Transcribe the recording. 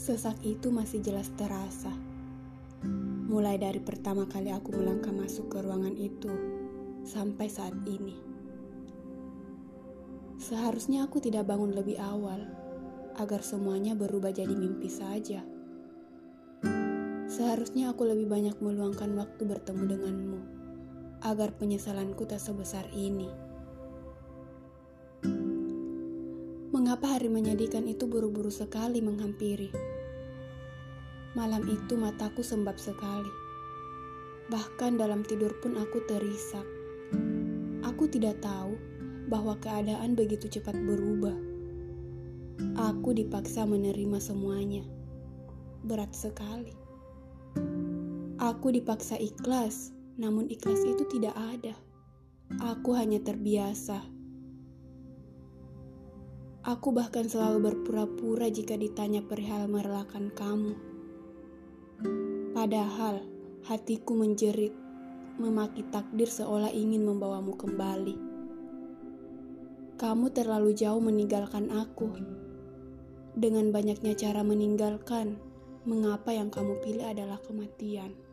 Sesak itu masih jelas terasa. Mulai dari pertama kali aku melangkah masuk ke ruangan itu, sampai saat ini. Seharusnya aku tidak bangun lebih awal, agar semuanya berubah jadi mimpi saja. Seharusnya aku lebih banyak meluangkan waktu bertemu denganmu, agar penyesalanku tak sebesar ini. Mengapa hari menyedihkan itu buru-buru sekali menghampiri? Malam itu mataku sembab sekali. Bahkan dalam tidur pun aku terisak. Aku tidak tahu bahwa keadaan begitu cepat berubah. Aku dipaksa menerima semuanya. Berat sekali. Aku dipaksa ikhlas, namun ikhlas itu tidak ada. Aku hanya terbiasa. Aku bahkan selalu berpura-pura jika ditanya perihal merelakan kamu. Padahal hatiku menjerit, memaki takdir seolah ingin membawamu kembali. Kamu terlalu jauh meninggalkan aku. Dengan banyaknya cara meninggalkan, mengapa yang kamu pilih adalah kematian?